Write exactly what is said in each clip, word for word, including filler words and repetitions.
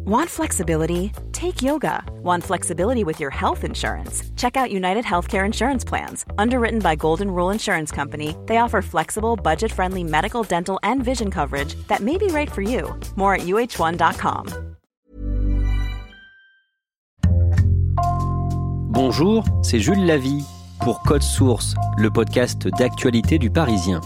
Want flexibility? Take yoga. Want flexibility with your health insurance? Check out United Healthcare Insurance Plans. Underwritten by Golden Rule Insurance Company, they offer flexible, budget-friendly medical, dental, and vision coverage that may be right for you. More at U H one dot com. Bonjour, c'est Jules Lavie pour Code Source, le podcast d'actualité du Parisien.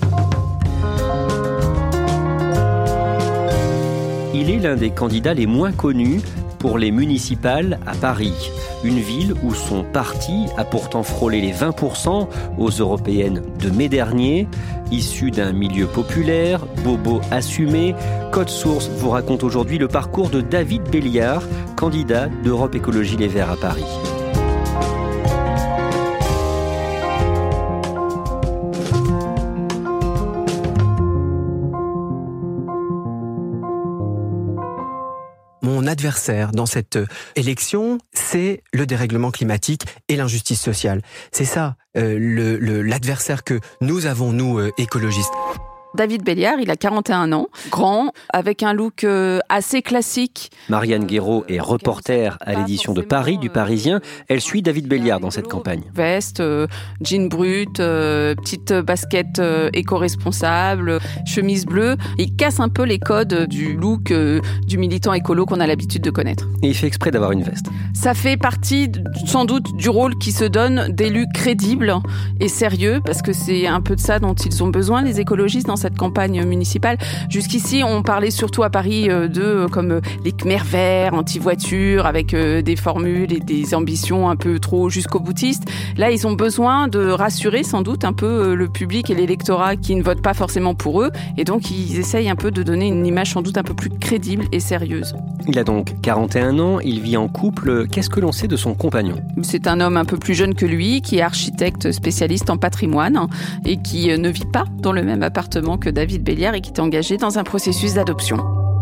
Il est l'un des candidats les moins connus pour les municipales à Paris, une ville où son parti a pourtant frôlé les vingt pour cent aux européennes de mai dernier. Issu d'un milieu populaire, bobo assumé, Code Source vous raconte aujourd'hui le parcours de David Belliard, candidat d'Europe Écologie Les Verts à Paris. Mon adversaire dans cette élection, c'est le dérèglement climatique et l'injustice sociale. C'est ça, euh, le, le, l'adversaire que nous avons, nous, euh, écologistes. David Belliard, il a quarante et un ans, grand, avec un look euh, assez classique. Marianne Guéraud est reporter à l'édition de Paris du Parisien. Elle suit David Belliard dans cette campagne. Veste, euh, jean brut, euh, petite basket euh, éco-responsable, chemise bleue. Il casse un peu les codes du look euh, du militant écolo qu'on a l'habitude de connaître. Et il fait exprès d'avoir une veste. Ça fait partie, sans doute, du rôle qui se donne d'élus crédibles et sérieux, parce que c'est un peu de ça dont ils ont besoin, les écologistes, dans cette campagne municipale. Jusqu'ici, on parlait surtout à Paris d'eux comme les Khmers verts, anti-voiture, avec des formules et des ambitions un peu trop jusqu'au boutiste. Là, ils ont besoin de rassurer sans doute un peu le public et l'électorat qui ne votent pas forcément pour eux. Et donc, ils essayent un peu de donner une image sans doute un peu plus crédible et sérieuse. Il a donc quarante et un ans, il vit en couple. Qu'est-ce que l'on sait de son compagnon ? C'est un homme un peu plus jeune que lui, qui est architecte spécialiste en patrimoine et qui ne vit pas dans le même appartement que David Belliard et qui est engagé dans un processus d'adoption.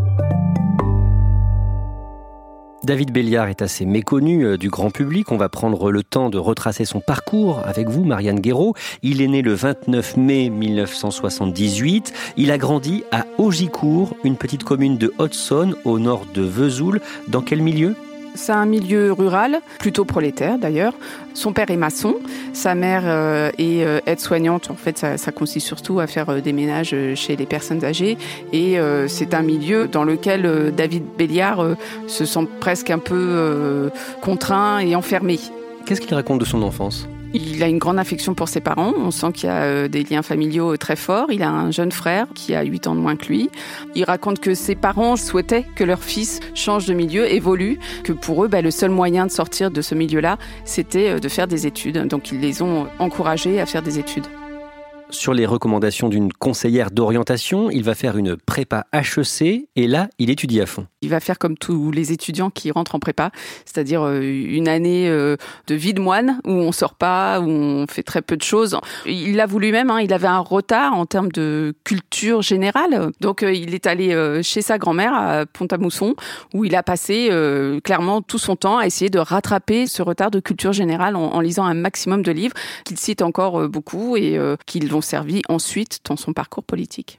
David Belliard est assez méconnu du grand public. On va prendre le temps de retracer son parcours avec vous, Marianne Guéraud. Il est né le vingt-neuf mai mille neuf cent soixante-dix-huit. Il a grandi à Augicourt, une petite commune de Haute-Saône, au nord de Vesoul. Dans quel milieu ? C'est un milieu rural, plutôt prolétaire d'ailleurs. Son père est maçon, sa mère euh, est euh, aide-soignante. En fait, ça, ça consiste surtout à faire euh, des ménages chez les personnes âgées. Et euh, c'est un milieu dans lequel euh, David Belliard euh, se sent presque un peu euh, contraint et enfermé. Qu'est-ce qu'il raconte de son enfance ? Il a une grande affection pour ses parents. On sent qu'il y a des liens familiaux très forts. Il a un jeune frère qui a huit ans de moins que lui. Il raconte que ses parents souhaitaient que leur fils change de milieu, évolue, que pour eux, bah, le seul moyen de sortir de ce milieu-là, c'était de faire des études. Donc ils les ont encouragés à faire des études. Sur les recommandations d'une conseillère d'orientation, il va faire une prépa H E C et là, il étudie à fond. Il va faire comme tous les étudiants qui rentrent en prépa, c'est-à-dire une année de vie de moine où on sort pas, où on fait très peu de choses. Il l'a voulu même, hein, il avait un retard en termes de culture générale. Donc il est allé chez sa grand-mère à Pont-à-Mousson où il a passé euh, clairement tout son temps à essayer de rattraper ce retard de culture générale en, en lisant un maximum de livres qu'il cite encore beaucoup et euh, qu'il vont servi ensuite dans son parcours politique.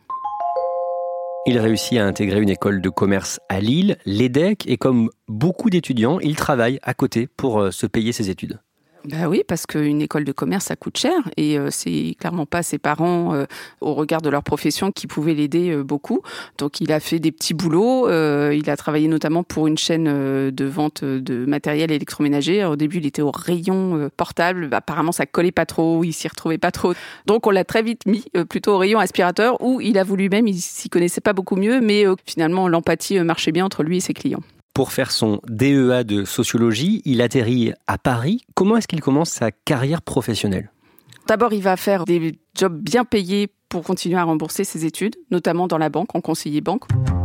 Il réussit à intégrer une école de commerce à Lille, l'E D E C, et comme beaucoup d'étudiants, il travaille à côté pour se payer ses études. Ben oui, parce qu'une école de commerce, ça coûte cher et euh, c'est clairement pas ses parents, euh, au regard de leur profession, qui pouvaient l'aider euh, beaucoup. Donc il a fait des petits boulots, euh, il a travaillé notamment pour une chaîne euh, de vente de matériel électroménager. Au début, il était au rayon euh, portable, bah, apparemment ça collait pas trop, il s'y retrouvait pas trop. Donc on l'a très vite mis euh, plutôt au rayon aspirateur où il a voulu même, il s'y connaissait pas beaucoup mieux, mais euh, finalement l'empathie euh, marchait bien entre lui et ses clients. Pour faire son D E A de sociologie, il atterrit à Paris. Comment est-ce qu'il commence sa carrière professionnelle ? D'abord, il va faire des jobs bien payés pour continuer à rembourser ses études, notamment dans la banque, en conseiller banque.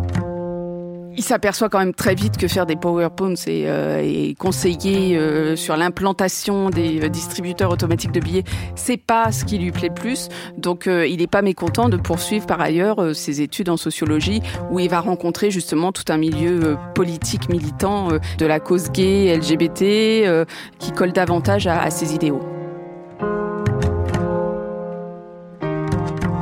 Il s'aperçoit quand même très vite que faire des PowerPoints et, euh, et conseiller euh, sur l'implantation des euh, distributeurs automatiques de billets, c'est pas ce qui lui plaît le plus. Donc euh, il n'est pas mécontent de poursuivre par ailleurs euh, ses études en sociologie où il va rencontrer justement tout un milieu euh, politique militant euh, de la cause gay, L G B T euh, qui colle davantage à, à ses idéaux.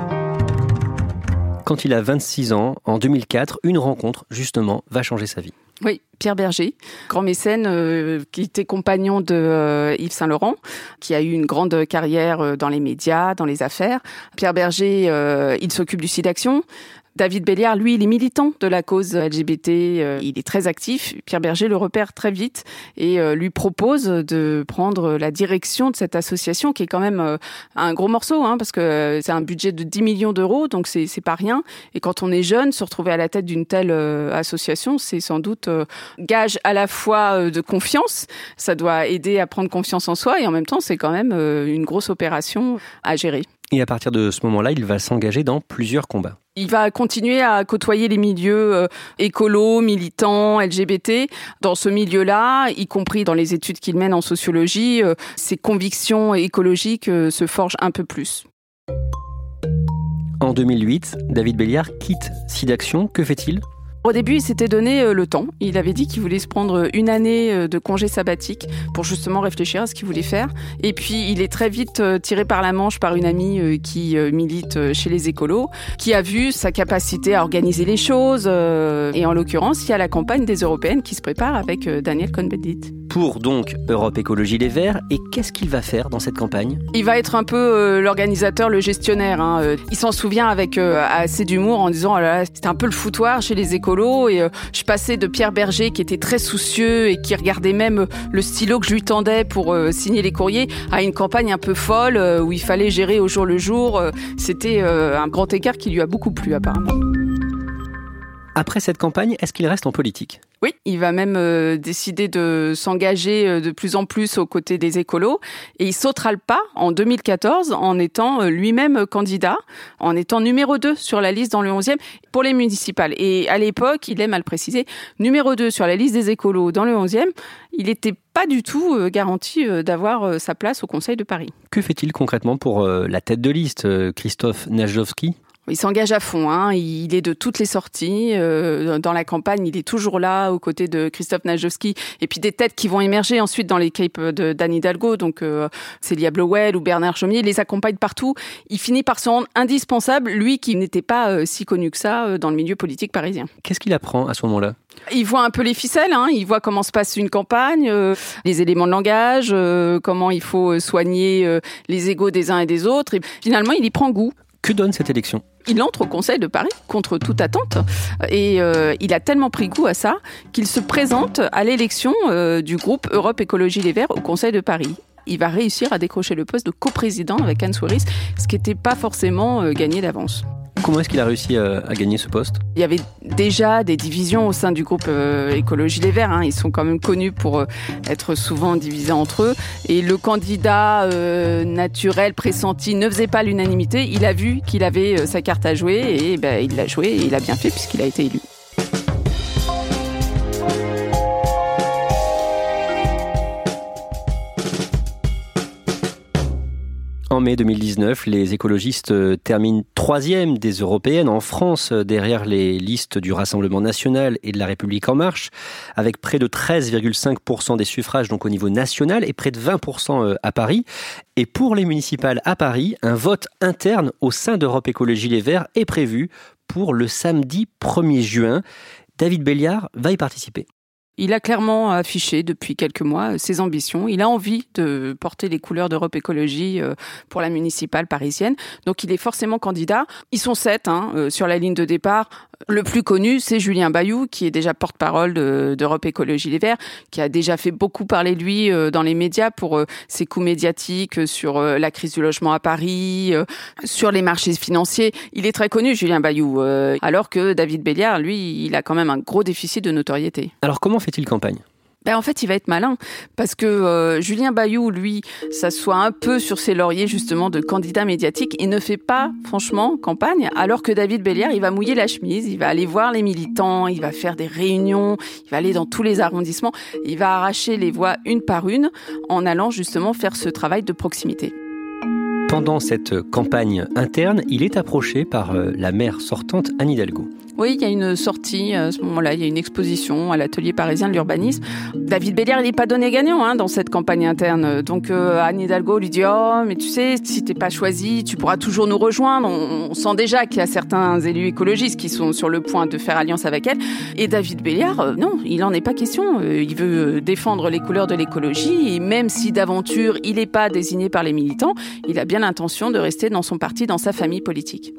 Quand il a vingt-six ans, en deux mille quatre, une rencontre, justement, va changer sa vie. Oui, Pierre Berger, grand mécène euh, qui était compagnon de euh, Yves Saint-Laurent, qui a eu une grande carrière euh, dans les médias, dans les affaires. Pierre Berger, euh, il s'occupe du SIDAction. David Béliard, lui, il est militant de la cause L G B T, euh, il est très actif. Pierre Berger le repère très vite et euh, lui propose de prendre la direction de cette association qui est quand même euh, un gros morceau, hein, parce que c'est un budget de dix millions d'euros, donc c'est, c'est pas rien. Et quand on est jeune, se retrouver à la tête d'une telle euh, association, c'est sans doute euh, gage à la fois euh, de confiance, ça doit aider à prendre confiance en soi et en même temps, c'est quand même euh, une grosse opération à gérer. Et à partir de ce moment-là, il va s'engager dans plusieurs combats. Il va continuer à côtoyer les milieux euh, écolos, militants, L G B T. Dans ce milieu-là, y compris dans les études qu'il mène en sociologie, euh, ses convictions écologiques euh, se forgent un peu plus. En deux mille huit, David Béliard quitte SIDAction. Que fait-il ? Au début, il s'était donné le temps. Il avait dit qu'il voulait se prendre une année de congé sabbatique pour justement réfléchir à ce qu'il voulait faire. Et puis, il est très vite tiré par la manche par une amie qui milite chez les écolos, qui a vu sa capacité à organiser les choses. Et en l'occurrence, il y a la campagne des Européennes qui se prépare avec Daniel Cohn-Bendit. Pour donc Europe Écologie Les Verts, et qu'est-ce qu'il va faire dans cette campagne ? Il va être un peu euh, l'organisateur, le gestionnaire. Hein. Il s'en souvient avec euh, assez d'humour en disant oh là là, c'était un peu le foutoir chez les écolos. Et euh, je passais de Pierre Berger qui était très soucieux et qui regardait même le stylo que je lui tendais pour euh, signer les courriers à une campagne un peu folle euh, où il fallait gérer au jour le jour. C'était euh, un grand écart qui lui a beaucoup plu apparemment. Après cette campagne, est-ce qu'il reste en politique ? Oui, il va même euh, décider de s'engager euh, de plus en plus aux côtés des écolos et il sautera le pas en deux mille quatorze en étant euh, lui-même candidat, en étant numéro deux sur la liste dans le onzième pour les municipales. Et à l'époque, il aime à le préciser, numéro deux sur la liste des écolos dans le onzième, il n'était pas du tout euh, garanti euh, d'avoir euh, sa place au Conseil de Paris. Que fait-il concrètement pour euh, la tête de liste, euh, Christophe Najowski ? Il s'engage à fond, hein. Il est de toutes les sorties. Euh, dans la campagne, il est toujours là, aux côtés de Christophe Najowski. Et puis des têtes qui vont émerger ensuite dans l'équipe de d'Anne Hidalgo. Donc euh, Célia Bleuel ou Bernard Chaumier, il les accompagne partout. Il finit par se rendre indispensable, lui qui n'était pas euh, si connu que ça euh, dans le milieu politique parisien. Qu'est-ce qu'il apprend à ce moment-là ? Il voit un peu les ficelles, hein. Il voit comment se passe une campagne, euh, les éléments de langage, euh, comment il faut soigner euh, les égos des uns et des autres. Et finalement, il y prend goût. Que donne cette élection ? Il entre au Conseil de Paris contre toute attente et euh, il a tellement pris goût à ça qu'il se présente à l'élection euh, du groupe Europe Écologie Les Verts au Conseil de Paris. Il va réussir à décrocher le poste de coprésident avec Anne Souyris, ce qui n'était pas forcément euh, gagné d'avance. Comment est-ce qu'il a réussi à, à gagner ce poste ? Il y avait déjà des divisions au sein du groupe euh, Écologie Les Verts. Hein. Ils sont quand même connus pour euh, être souvent divisés entre eux. Et le candidat euh, naturel, pressenti, ne faisait pas l'unanimité. Il a vu qu'il avait euh, sa carte à jouer et ben, il l'a joué et il a bien fait puisqu'il a été élu. En mai deux mille dix-neuf, les écologistes terminent troisième des européennes en France, derrière les listes du Rassemblement national et de la République en marche, avec près de treize virgule cinq pour cent des suffrages donc au niveau national et près de vingt pour cent à Paris. Et pour les municipales à Paris, un vote interne au sein d'Europe Écologie Les Verts est prévu pour le samedi premier juin. David Béliard va y participer. Il a clairement affiché depuis quelques mois ses ambitions. Il a envie de porter les couleurs d'Europe Écologie pour la municipale parisienne. Donc il est forcément candidat. Ils sont sept hein, sur la ligne de départ. Le plus connu, c'est Julien Bayou, qui est déjà porte-parole de, d'Europe Écologie Les Verts, qui a déjà fait beaucoup parler de lui dans les médias pour ses coups médiatiques sur la crise du logement à Paris, sur les marchés financiers. Il est très connu, Julien Bayou, alors que David Béliard, lui, il a quand même un gros déficit de notoriété. Alors comment fait-il campagne ? Ben en fait, il va être malin parce que euh, Julien Bayou, lui, s'assoit un peu sur ses lauriers justement de candidat médiatique et ne fait pas, franchement, campagne, alors que David Béliard, il va mouiller la chemise, il va aller voir les militants, il va faire des réunions, il va aller dans tous les arrondissements, il va arracher les voix une par une en allant justement faire ce travail de proximité. Pendant cette campagne interne, il est approché par la maire sortante Anne Hidalgo. Oui, il y a une sortie à ce moment-là, il y a une exposition à l'atelier parisien de l'urbanisme. David Belliard, il n'est pas donné gagnant hein, dans cette campagne interne. Donc euh, Anne Hidalgo lui dit « Oh, mais tu sais, si t'es pas choisi, tu pourras toujours nous rejoindre. » On, on sent déjà qu'il y a certains élus écologistes qui sont sur le point de faire alliance avec elle. Et David Belliard, euh, non, il n'en est pas question. Euh, il veut défendre les couleurs de l'écologie. Et même si d'aventure, il n'est pas désigné par les militants, il a bien l'intention de rester dans son parti, dans sa famille politique.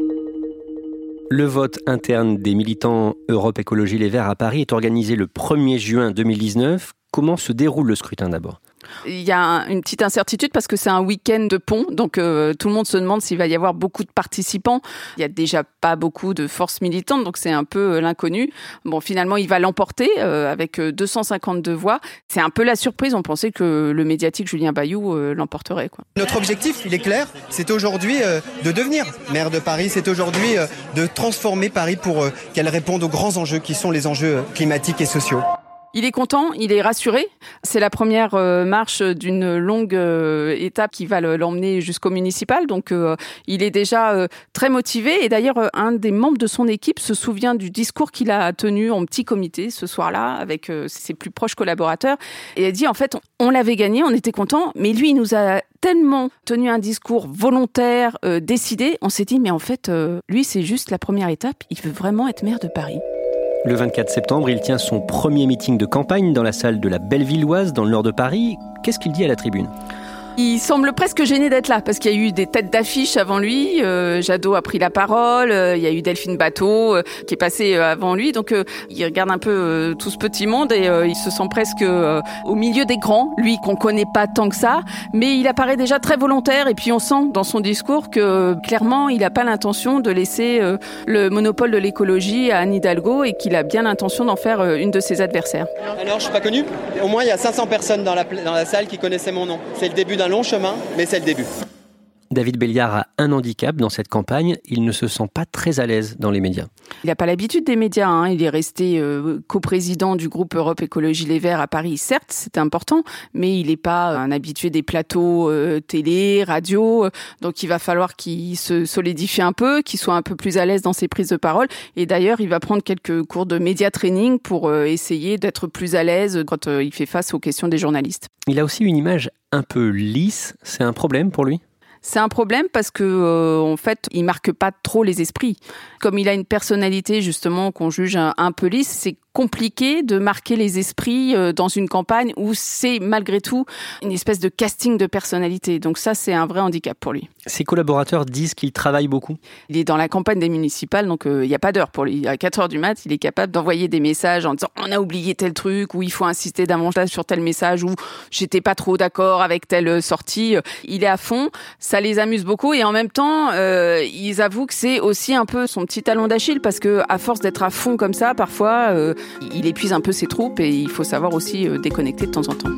Le vote interne des militants Europe Écologie Les Verts à Paris est organisé le premier juin deux mille dix-neuf. Comment se déroule le scrutin d'abord ? Il y a une petite incertitude parce que c'est un week-end de pont, donc euh, tout le monde se demande s'il va y avoir beaucoup de participants. Il y a déjà pas beaucoup de forces militantes, donc c'est un peu euh, l'inconnu. Bon, finalement, il va l'emporter euh, avec deux cent cinquante-deux voix. C'est un peu la surprise. On pensait que le médiatique Julien Bayou euh, l'emporterait, quoi. Notre objectif, il est clair. C'est aujourd'hui euh, de devenir maire de Paris. C'est aujourd'hui euh, de transformer Paris pour euh, qu'elle réponde aux grands enjeux qui sont les enjeux climatiques et sociaux. Il est content, il est rassuré. C'est la première euh, marche d'une longue euh, étape qui va l'emmener jusqu'au municipal. Donc, euh, il est déjà euh, très motivé. Et d'ailleurs, euh, un des membres de son équipe se souvient du discours qu'il a tenu en petit comité ce soir-là avec euh, ses plus proches collaborateurs. Et il a dit, en fait, on, on l'avait gagné, on était content. Mais lui, il nous a tellement tenu un discours volontaire, euh, décidé. On s'est dit, mais en fait, euh, lui, c'est juste la première étape. Il veut vraiment être maire de Paris. Le vingt-quatre septembre, il tient son premier meeting de campagne dans la salle de la Bellevilloise, dans le nord de Paris. Qu'est-ce qu'il dit à la tribune ? Il semble presque gêné d'être là parce qu'il y a eu des têtes d'affiche avant lui. Euh, Jadot a pris la parole. Euh, il y a eu Delphine Batho euh, qui est passée euh, avant lui. Donc euh, il regarde un peu euh, tout ce petit monde et euh, il se sent presque euh, au milieu des grands. Lui qu'on connaît pas tant que ça, mais il apparaît déjà très volontaire. Et puis on sent dans son discours que euh, clairement il n'a pas l'intention de laisser euh, le monopole de l'écologie à Anne Hidalgo et qu'il a bien l'intention d'en faire euh, une de ses adversaires. Alors je suis pas connu. Au moins il y a cinq cents personnes dans la dans la salle qui connaissaient mon nom. C'est le début d'un long chemin, mais c'est le début. David Belliard a un handicap dans cette campagne, il ne se sent pas très à l'aise dans les médias. Il n'a pas l'habitude des médias, hein. Il est resté euh, coprésident du groupe Europe Écologie Les Verts à Paris. Certes, c'est important, mais il n'est pas un habitué des plateaux euh, télé, radio. Donc il va falloir qu'il se solidifie un peu, qu'il soit un peu plus à l'aise dans ses prises de parole. Et d'ailleurs, il va prendre quelques cours de média training pour euh, essayer d'être plus à l'aise quand euh, il fait face aux questions des journalistes. Il a aussi une image un peu lisse, c'est un problème pour lui ? C'est un problème parce que euh, en fait, il marque pas trop les esprits. Comme il a une personnalité justement qu'on juge un, un peu lisse, c'est compliqué de marquer les esprits euh, dans une campagne où c'est malgré tout une espèce de casting de personnalité. Donc ça, c'est un vrai handicap pour lui. Ses collaborateurs disent qu'il travaille beaucoup. Il est dans la campagne des municipales, donc il euh, n'y a pas d'heure pour lui. À quatre heures du mat, il est capable d'envoyer des messages en disant « on a oublié tel truc » ou « il faut insister davantage sur tel message » ou « j'étais pas trop d'accord avec telle sortie ». Il est à fond, ça les amuse beaucoup et en même temps, euh, ils avouent que c'est aussi un peu son petit talon d'Achille parce que à force d'être à fond comme ça, parfois, euh, il épuise un peu ses troupes et il faut savoir aussi euh, déconnecter de temps en temps.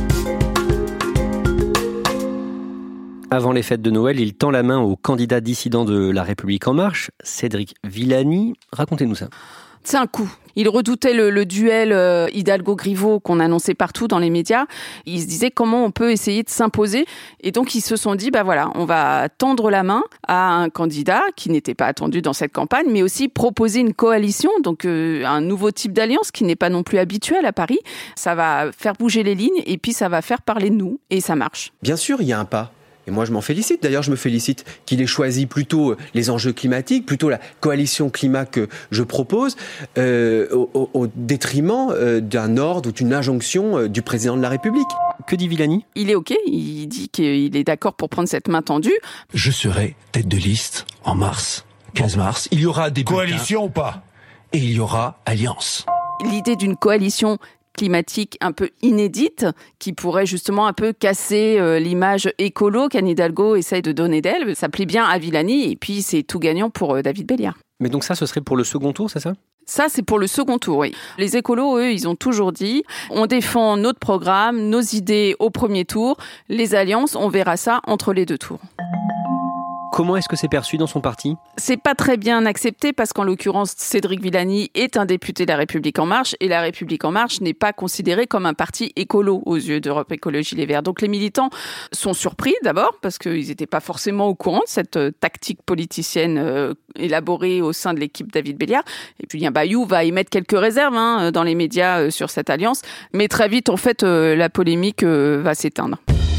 Avant les fêtes de Noël, il tend la main au candidat dissident de La République En Marche, Cédric Villani. Racontez-nous ça. C'est un coup. Il redoutait le, le duel euh, Hidalgo-Griveaux qu'on annonçait partout dans les médias. Il se disait comment on peut essayer de s'imposer. Et donc, ils se sont dit, bah voilà, on va tendre la main à un candidat qui n'était pas attendu dans cette campagne, mais aussi proposer une coalition, donc euh, un nouveau type d'alliance qui n'est pas non plus habituel à Paris. Ça va faire bouger les lignes et puis ça va faire parler de nous. Et ça marche. Bien sûr, il y a un pas. Et moi, je m'en félicite. D'ailleurs, je me félicite qu'il ait choisi plutôt les enjeux climatiques, plutôt la coalition climat que je propose, euh, au, au détriment euh, d'un ordre ou d'une injonction euh, du président de la République. Que dit Villani ? Il est OK. Il dit qu'il est d'accord pour prendre cette main tendue. Je serai tête de liste en mars, quinze mars. Il y aura des coalition ou pas ? Et il y aura alliance. L'idée d'une coalition climatique un peu inédite qui pourrait justement un peu casser euh, l'image écolo qu'Anne Hidalgo essaye de donner d'elle. Ça plaît bien à Villani et puis c'est tout gagnant pour euh, David Belliard. Mais donc ça, ce serait pour le second tour, c'est ça ? Ça, c'est pour le second tour, oui. Les écolos, eux, ils ont toujours dit on défend notre programme, nos idées au premier tour. Les alliances, on verra ça entre les deux tours. Comment est-ce que c'est perçu dans son parti ? C'est pas très bien accepté parce qu'en l'occurrence, Cédric Villani est un député de La République En Marche et La République En Marche n'est pas considérée comme un parti écolo aux yeux d'Europe Écologie Les Verts. Donc les militants sont surpris d'abord parce qu'ils n'étaient pas forcément au courant de cette tactique politicienne euh, élaborée au sein de l'équipe David Béliard. Et puis Julien Bayou va émettre quelques réserves hein, dans les médias euh, sur cette alliance. Mais très vite, en fait, euh, la polémique euh, va s'éteindre.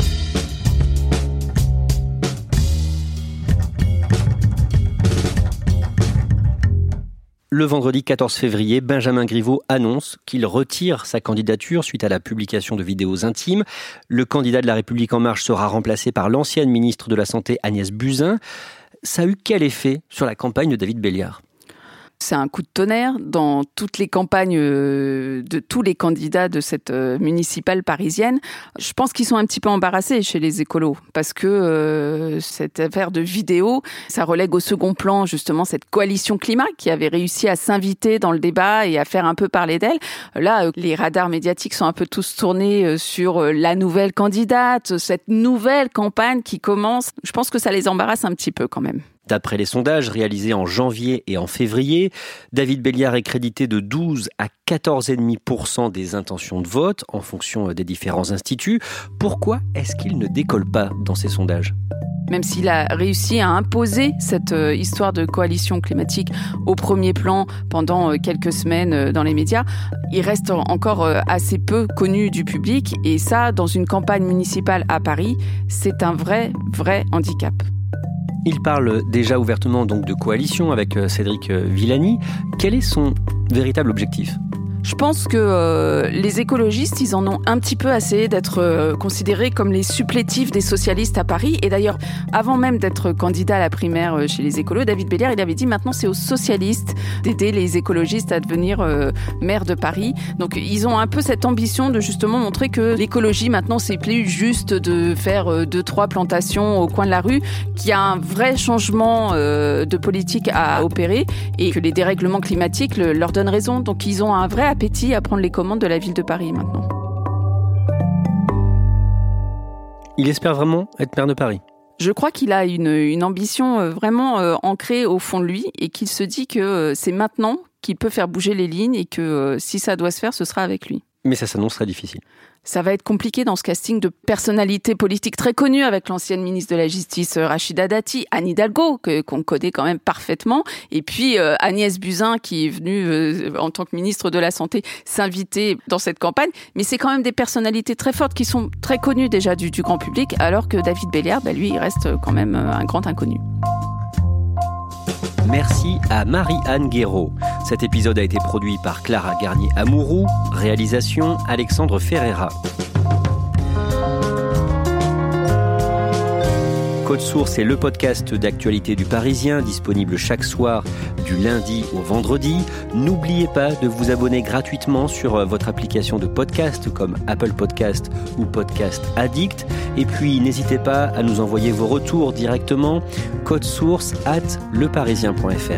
Le vendredi quatorze février, Benjamin Griveaux annonce qu'il retire sa candidature suite à la publication de vidéos intimes. Le candidat de La République En Marche sera remplacé par l'ancienne ministre de la Santé Agnès Buzyn. Ça a eu quel effet sur la campagne de David Béliard ? C'est un coup de tonnerre dans toutes les campagnes de tous les candidats de cette municipale parisienne. Je pense qu'ils sont un petit peu embarrassés chez les écolos parce que euh, cette affaire de vidéo, ça relègue au second plan justement cette coalition climat qui avait réussi à s'inviter dans le débat et à faire un peu parler d'elle. Là, les radars médiatiques sont un peu tous tournés sur la nouvelle candidate, cette nouvelle campagne qui commence. Je pense que ça les embarrasse un petit peu quand même. D'après les sondages réalisés en janvier et en février, David Béliard est crédité de douze à quatorze virgule cinq pour cent des intentions de vote en fonction des différents instituts. Pourquoi est-ce qu'il ne décolle pas dans ces sondages ? Même s'il a réussi à imposer cette euh, histoire de coalition climatique au premier plan pendant euh, quelques semaines euh, dans les médias, il reste encore euh, assez peu connu du public. Et ça, dans une campagne municipale à Paris, c'est un vrai, vrai handicap. Il parle déjà ouvertement donc de coalition avec Cédric Villani. Quel est son véritable objectif ? Je pense que euh, les écologistes, ils en ont un petit peu assez d'être euh, considérés comme les supplétifs des socialistes à Paris. Et d'ailleurs, avant même d'être candidat à la primaire euh, chez les écolos, David Béliard, il avait dit maintenant c'est aux socialistes d'aider les écologistes à devenir euh, maire de Paris. Donc ils ont un peu cette ambition de justement montrer que l'écologie maintenant c'est plus juste de faire euh, deux, trois plantations au coin de la rue, qu'il y a un vrai changement euh, de politique à opérer et que les dérèglements climatiques le, leur donnent raison. Donc ils ont un vrai appétit à prendre les commandes de la ville de Paris maintenant. Il espère vraiment être maire de Paris ? Je crois qu'il a une, une ambition vraiment euh, ancrée au fond de lui et qu'il se dit que euh, c'est maintenant qu'il peut faire bouger les lignes et que euh, si ça doit se faire, ce sera avec lui. Mais ça s'annonce très difficile. Ça va être compliqué dans ce casting de personnalités politiques très connues avec l'ancienne ministre de la Justice Rachida Dati, Anne Hidalgo, que, qu'on connaît quand même parfaitement, et puis euh, Agnès Buzyn qui est venue euh, en tant que ministre de la Santé s'inviter dans cette campagne. Mais c'est quand même des personnalités très fortes qui sont très connues déjà du, du grand public, alors que David Béliard, bah, lui, il reste quand même un grand inconnu. Merci à Marie-Anne Guéraud. Cet épisode a été produit par Clara Garnier-Amouroux, réalisation Alexandre Ferreira. Code Source est le podcast d'actualité du Parisien, disponible chaque soir du lundi au vendredi. N'oubliez pas de vous abonner gratuitement sur votre application de podcast comme Apple Podcast ou Podcast Addict. Et puis n'hésitez pas à nous envoyer vos retours directement, code source arobase leparisien point f r.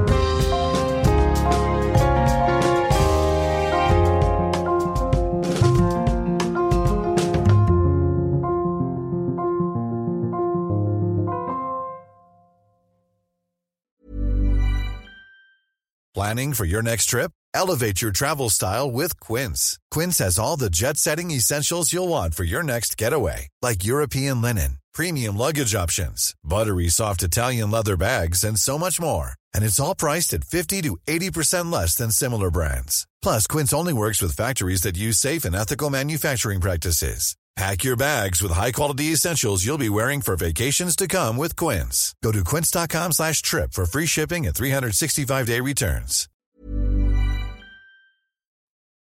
Planning for your next trip? Elevate your travel style with Quince. Quince has all the jet-setting essentials you'll want for your next getaway, like European linen, premium luggage options, buttery soft Italian leather bags, and so much more. And it's all priced at fifty to eighty percent less than similar brands. Plus, Quince only works with factories that use safe and ethical manufacturing practices. Pack your bags with high-quality essentials you'll be wearing for vacations to come with Quince. Go to quince.com slash trip for free shipping and three sixty-five day returns.